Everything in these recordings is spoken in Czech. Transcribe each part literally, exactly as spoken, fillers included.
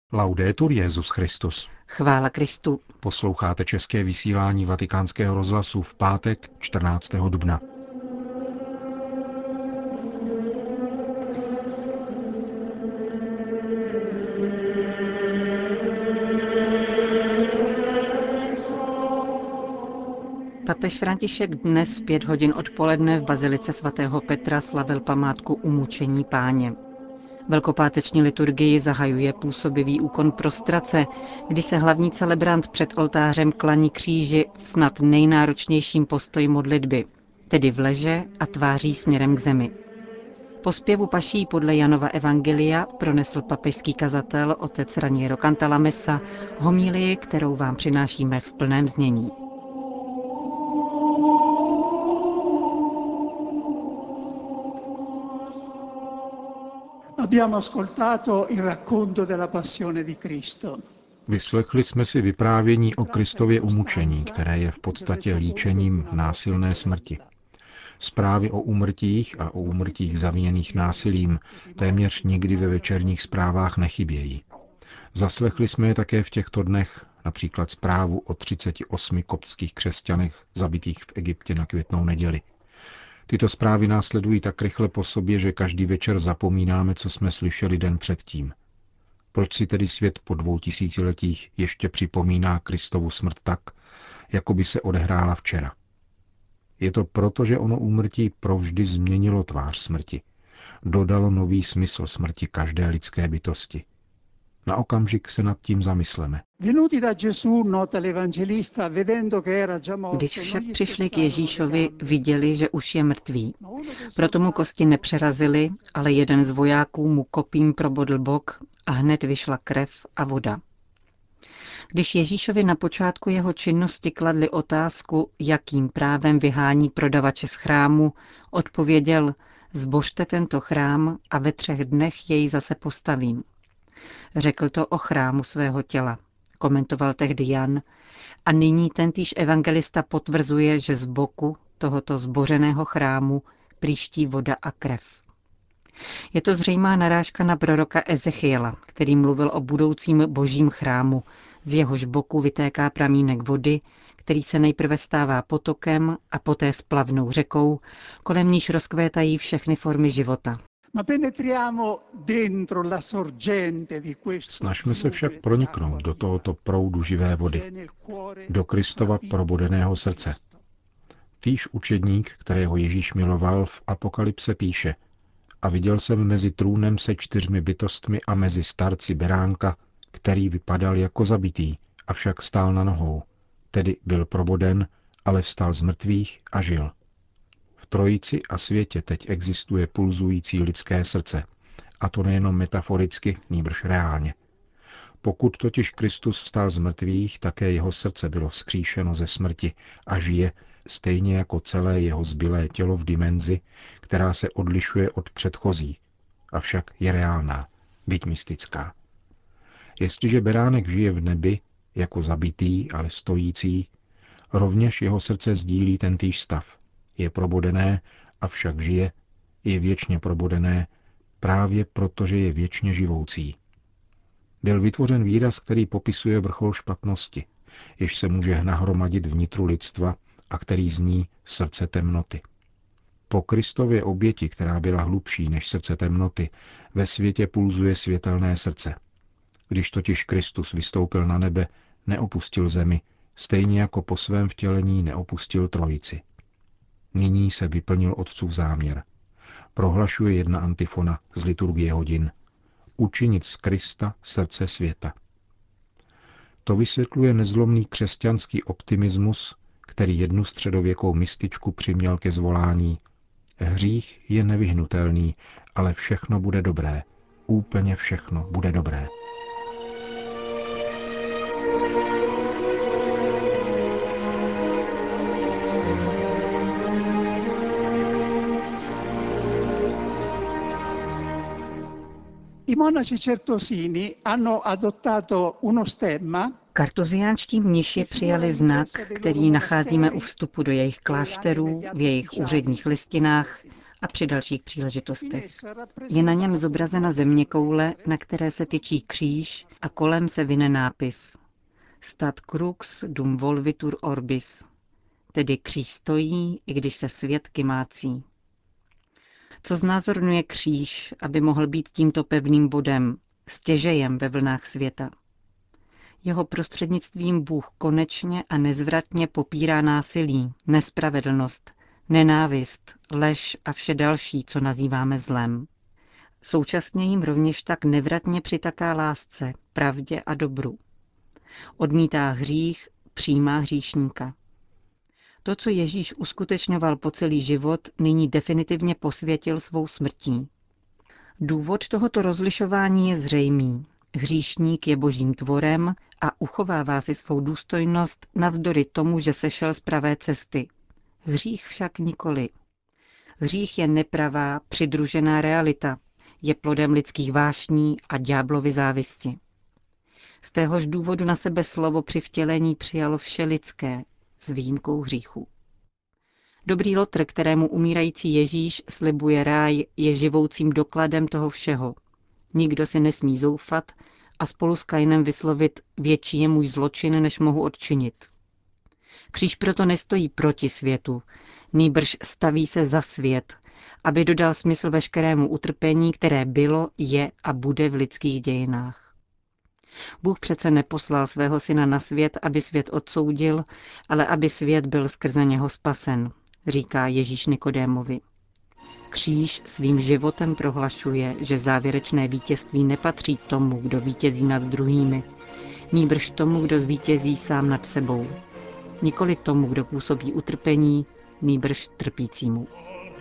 Laudetur Jesus Christus. Chvála Kristu. Posloucháte české vysílání Vatikánského rozhlasu v pátek čtrnáctého dubna. Papež František dnes v pět hodin odpoledne v bazilice svatého Petra slavil památku umučení Páně. Velkopáteční liturgii zahajuje působivý úkon prostrace, kdy se hlavní celebrant před oltářem klaní kříži v snad nejnáročnějším postoji modlitby, tedy v leže a tváří směrem k zemi. Po zpěvu paší podle Janova evangelia pronesl papežský kazatel otec Raniero Cantalamessa homílii, kterou vám přinášíme v plném znění. Vyslechli jsme si vyprávění o Kristově umučení, které je v podstatě líčením násilné smrti. Zprávy o úmrtích a o úmrtích zaviněných násilím téměř nikdy ve večerních zprávách nechybějí. Zaslechli jsme je také v těchto dnech, například zprávu o třiceti osmi koptských křesťanech zabitých v Egyptě na Květnou neděli. Tyto zprávy následují tak rychle po sobě, že každý večer zapomínáme, co jsme slyšeli den předtím. Proč si tedy svět po dvou tisíciletích ještě připomíná Kristovu smrt tak, jako by se odehrála včera? Je to proto, že ono úmrtí provždy změnilo tvář smrti. Dodalo nový smysl smrti každé lidské bytosti. Na okamžik se nad tím zamysleme. Když však přišli k Ježíšovi, viděli, že už je mrtvý. Proto mu kosti nepřerazili, ale jeden z vojáků mu kopím probodl bok a hned vyšla krev a voda. Když Ježíšovi na počátku jeho činnosti kladli otázku, jakým právem vyhání prodavače z chrámu, odpověděl: zbořte tento chrám a ve třech dnech jej zase postavím. Řekl to o chrámu svého těla, komentoval tehdy Jan, a nyní tentýž evangelista potvrzuje, že z boku tohoto zbořeného chrámu příští voda a krev. Je to zřejmá narážka na proroka Ezechiela, který mluvil o budoucím božím chrámu, z jehož boku vytéká pramínek vody, který se nejprve stává potokem a poté splavnou řekou, kolem níž rozkvétají všechny formy života. Snažme se však proniknout do tohoto proudu živé vody, do Kristova probodeného srdce. Týž učedník, kterého Ježíš miloval, v Apokalypse píše: a viděl jsem mezi trůnem se čtyřmi bytostmi a mezi starci beránka, který vypadal jako zabitý, avšak stál na nohou, tedy byl proboden, ale vstal z mrtvých a žil. V trojici a světě teď existuje pulzující lidské srdce, a to nejenom metaforicky, nýbrž reálně. Pokud totiž Kristus vstal z mrtvých, také jeho srdce bylo vzkříšeno ze smrti a žije, stejně jako celé jeho zbylé tělo v dimenzi, která se odlišuje od předchozí, avšak je reálná, byť mystická. Jestliže beránek žije v nebi, jako zabitý, ale stojící, rovněž jeho srdce sdílí tentýž stav. Je probodené, avšak žije, je věčně probodené, právě protože je věčně živoucí. Byl vytvořen výraz, který popisuje vrchol špatnosti, jež se může nahromadit vnitru lidstva a který zní srdce temnoty. Po Kristově oběti, která byla hlubší než srdce temnoty, ve světě pulzuje světelné srdce. Když totiž Kristus vystoupil na nebe, neopustil zemi, stejně jako po svém vtělení neopustil trojici. Nyní se vyplnil otcův záměr. Prohlašuje jedna antifona z liturgie hodin. Učinit z Krista srdce světa. To vysvětluje nezlomný křesťanský optimismus, který jednu středověkou mističku přiměl ke zvolání: hřích je nevyhnutelný, ale všechno bude dobré. Úplně všechno bude dobré. I monaci certosini hanno adottato uno stemma. Kartuziánští mniši přijali znak, který nacházíme u vstupu do jejich klášterů, v jejich úředních listinách a při dalších příležitostech. Je na něm zobrazena zeměkoule, na které se tyčí kříž, a kolem se vine nápis Stat crux dum volvitur orbis, tedy kříž stojí, i když se svět kymácí. Co znázorňuje kříž, aby mohl být tímto pevným bodem, stěžejem ve vlnách světa? Jeho prostřednictvím Bůh konečně a nezvratně popírá násilí, nespravedlnost, nenávist, lež a vše další, co nazýváme zlem. Současně jim rovněž tak nevratně přitaká lásce, pravdě a dobru. Odmítá hřích, přijímá hříšníka. To, co Ježíš uskutečňoval po celý život, nyní definitivně posvětil svou smrtí. Důvod tohoto rozlišování je zřejmý. Hříšník je božím tvorem a uchovává si svou důstojnost navzdory tomu, že sešel z pravé cesty. Hřích však nikoli. Hřích je nepravá, přidružená realita, je plodem lidských vášní a ďáblovy závisti. Z téhož důvodu na sebe slovo při vtělení přijalo vše lidské, s výjimkou hříchu. Dobrý lotr, kterému umírající Ježíš slibuje ráj, je živoucím dokladem toho všeho. Nikdo si nesmí zoufat a spolu s Kainem vyslovit větší je můj zločin, než mohu odčinit. Kříž proto nestojí proti světu, nýbrž staví se za svět, aby dodal smysl veškerému utrpení, které bylo, je a bude v lidských dějinách. Bůh přece neposlal svého syna na svět, aby svět odsoudil, ale aby svět byl skrze něho spasen, říká Ježíš Nikodémovi. Kříž svým životem prohlašuje, že závěrečné vítězství nepatří tomu, kdo vítězí nad druhými, nýbrž tomu, kdo zvítězí sám nad sebou. Nikoli tomu, kdo působí utrpení, nýbrž trpícímu.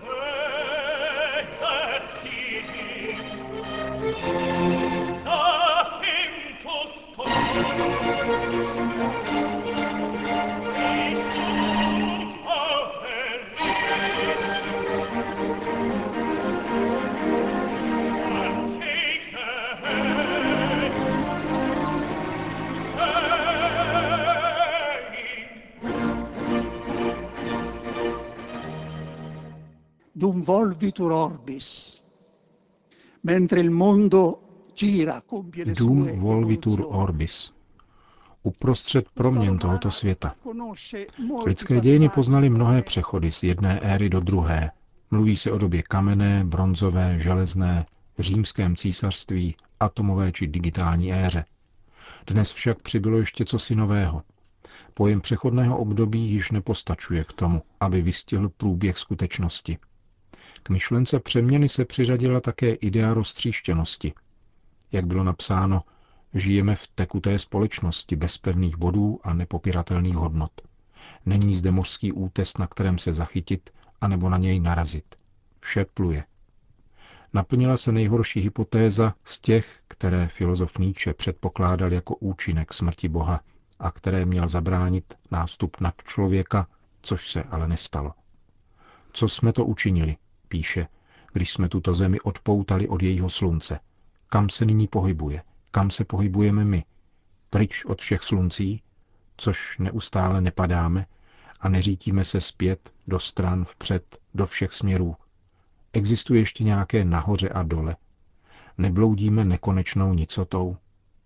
Dum volvitur orbis, mentre il mondo gira, compie le Dum sue volvitur evoluzioni. orbis. Uprostřed proměn tohoto světa. Lidské dějiny poznaly mnohé přechody z jedné éry do druhé. Mluví se o době kamenné, bronzové, železné, římském císařství, atomové či digitální éře. Dnes však přibylo ještě cosi nového. Pojem přechodného období již nepostačuje k tomu, aby vystihl průběh skutečnosti. K myšlence přeměny se přiřadila také idea roztříštěnosti. Jak bylo napsáno, žijeme v tekuté společnosti bez pevných bodů a nepopiratelných hodnot. Není zde mořský útes, na kterém se zachytit, anebo na něj narazit. Vše pluje. Naplnila se nejhorší hypotéza z těch, které filozof Nietzsche předpokládal jako účinek smrti Boha a které měl zabránit nástup nad člověka, což se ale nestalo. Co jsme to učinili, píše, když jsme tuto zemi odpoutali od jejího slunce. Kam se nyní pohybuje? Kam se pohybujeme my? Pryč od všech sluncí, což neustále nepadáme a neřítíme se zpět, do stran, vpřed, do všech směrů. Existuje ještě nějaké nahoře a dole? Nebloudíme nekonečnou nicotou?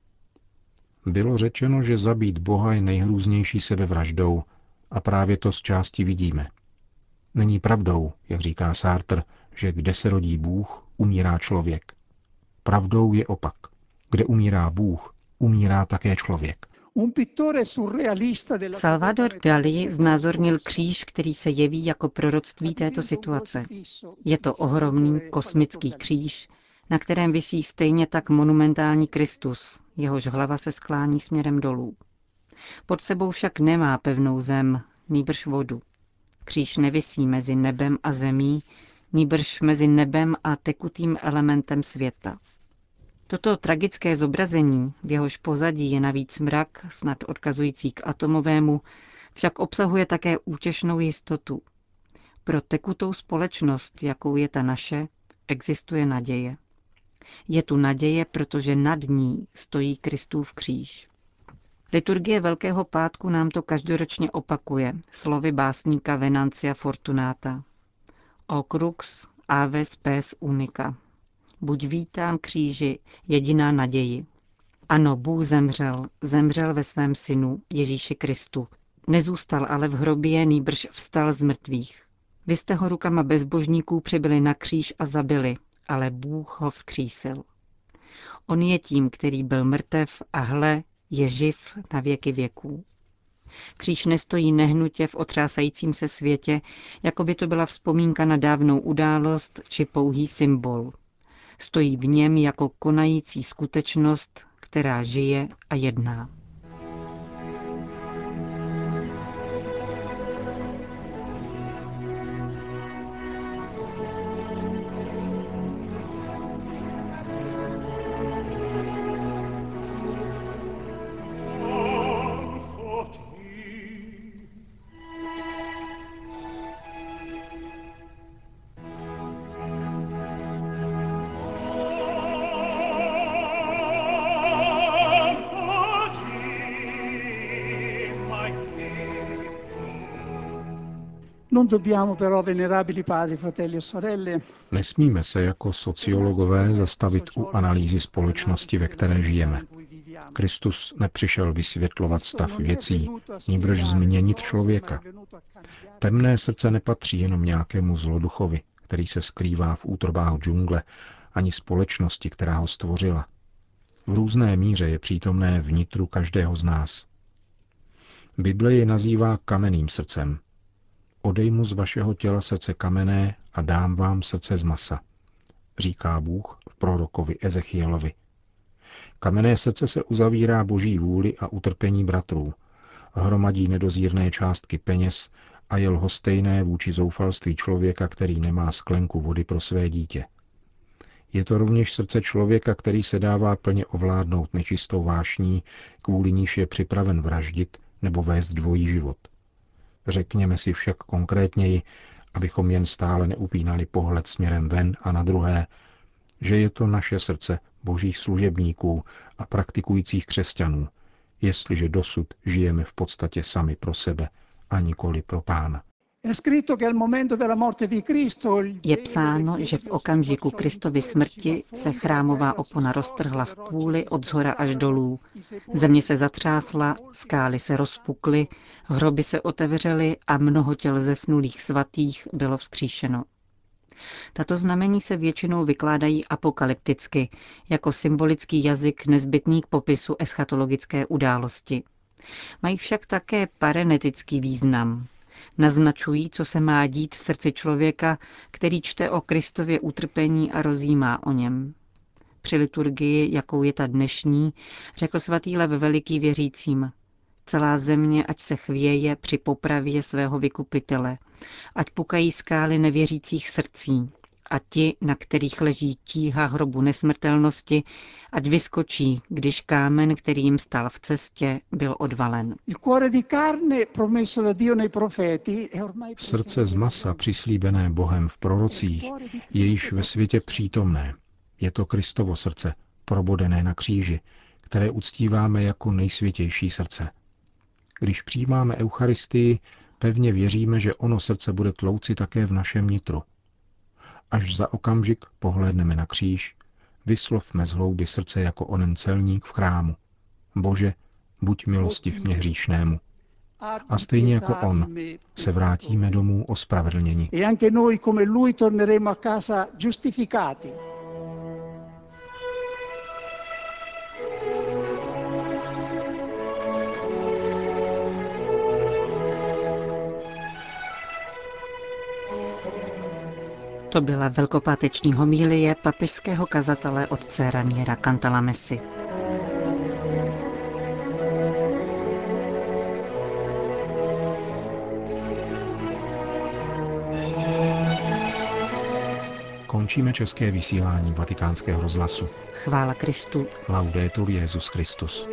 Bylo řečeno, že zabít Boha je nejhrůznější sebevraždou a právě to z části vidíme. Není pravdou, jak říká Sartre, že kde se rodí Bůh, umírá člověk. Pravdou je opak. Kde umírá Bůh, umírá také člověk. Salvador Dalí znázornil kříž, který se jeví jako proroctví této situace. Je to ohromný kosmický kříž, na kterém visí stejně tak monumentální Kristus, jehož hlava se sklání směrem dolů. Pod sebou však nemá pevnou zem, nýbrž vodu. Kříž nevisí mezi nebem a zemí, nýbrž mezi nebem a tekutým elementem světa. Toto tragické zobrazení, v jehož pozadí je navíc mrak, snad odkazující k atomovému, však obsahuje také útěšnou jistotu. Pro tekutou společnost, jakou je ta naše, existuje naděje. Je tu naděje, protože nad ní stojí Kristův kříž. Liturgie Velkého pátku nám to každoročně opakuje, slovy básníka Venancia Fortunata. O crux ave spes unica. Buď vítán kříži, jediná naději. Ano, Bůh zemřel, zemřel ve svém synu, Ježíši Kristu. Nezůstal ale v hrobě, nýbrž vstal z mrtvých. Vy jste ho rukama bezbožníků přibyli na kříž a zabili, ale Bůh ho vzkřísil. On je tím, který byl mrtev a hle, je živ na věky věků. Kříž nestojí nehnutě v otřásajícím se světě, jako by to byla vzpomínka na dávnou událost či pouhý symbol. Stojí v něm jako konající skutečnost, která žije a jedná. Nesmíme se jako sociologové zastavit u analýzy společnosti, ve které žijeme. Kristus nepřišel vysvětlovat stav věcí, nýbrž změnit člověka. Temné srdce nepatří jenom nějakému zloduchovi, který se skrývá v útrobách džungle, ani společnosti, která ho stvořila. V různé míře je přítomné vnitru každého z nás. Bible je nazývá kamenným srdcem. Odejmu z vašeho těla srdce kamenné a dám vám srdce z masa, říká Bůh v prorokovi Ezechielovi. Kamenné srdce se uzavírá boží vůli a utrpení bratrů, hromadí nedozírné částky peněz a je lhostejné vůči zoufalství člověka, který nemá sklenku vody pro své dítě. Je to rovněž srdce člověka, který se dává plně ovládnout nečistou vášní, kvůli níž je připraven vraždit nebo vést dvojí život. Řekněme si však konkrétněji, abychom jen stále neupínali pohled směrem ven a na druhé, že je to naše srdce božích služebníků a praktikujících křesťanů, jestliže dosud žijeme v podstatě sami pro sebe a nikoli pro Pána. Je psáno, že v okamžiku Kristovy smrti se chrámová opona roztrhla v půli od zhora až dolů. Země se zatřásla, skály se rozpukly, hroby se otevřely a mnoho těl zesnulých svatých bylo vzkříšeno. Tato znamení se většinou vykládají apokalypticky, jako symbolický jazyk nezbytný k popisu eschatologické události. Mají však také parenetický význam. Naznačují, co se má dít v srdci člověka, který čte o Kristově utrpení a rozjímá o něm. Při liturgii, jakou je ta dnešní, řekl svatý Lev Veliký věřícím: celá země ať se chvěje při popravě svého vykupitele, ať pukají skály nevěřících srdcí, a ti, na kterých leží tíha hrobu nesmrtelnosti, ať vyskočí, když kámen, který jim stál v cestě, byl odvalen. Srdce z masa, přislíbené Bohem v prorocích, je již ve světě přítomné. Je to Kristovo srdce, probodené na kříži, které uctíváme jako nejsvětější srdce. Když přijímáme Eucharistii, pevně věříme, že ono srdce bude tlouci také v našem nitru. Až za okamžik pohlédneme na kříž, vyslovme z hlouby srdce jako onen celník v chrámu: Bože, buď milostiv mě hříšnému. A stejně jako on se vrátíme domů ospravedlněni. To byla velkopáteční homilie papežského kazatele otce Raniera Cantalamessy. Končíme české vysílání Vatikánského rozhlasu. Chvála Kristu. Laudetur Jesus Christus.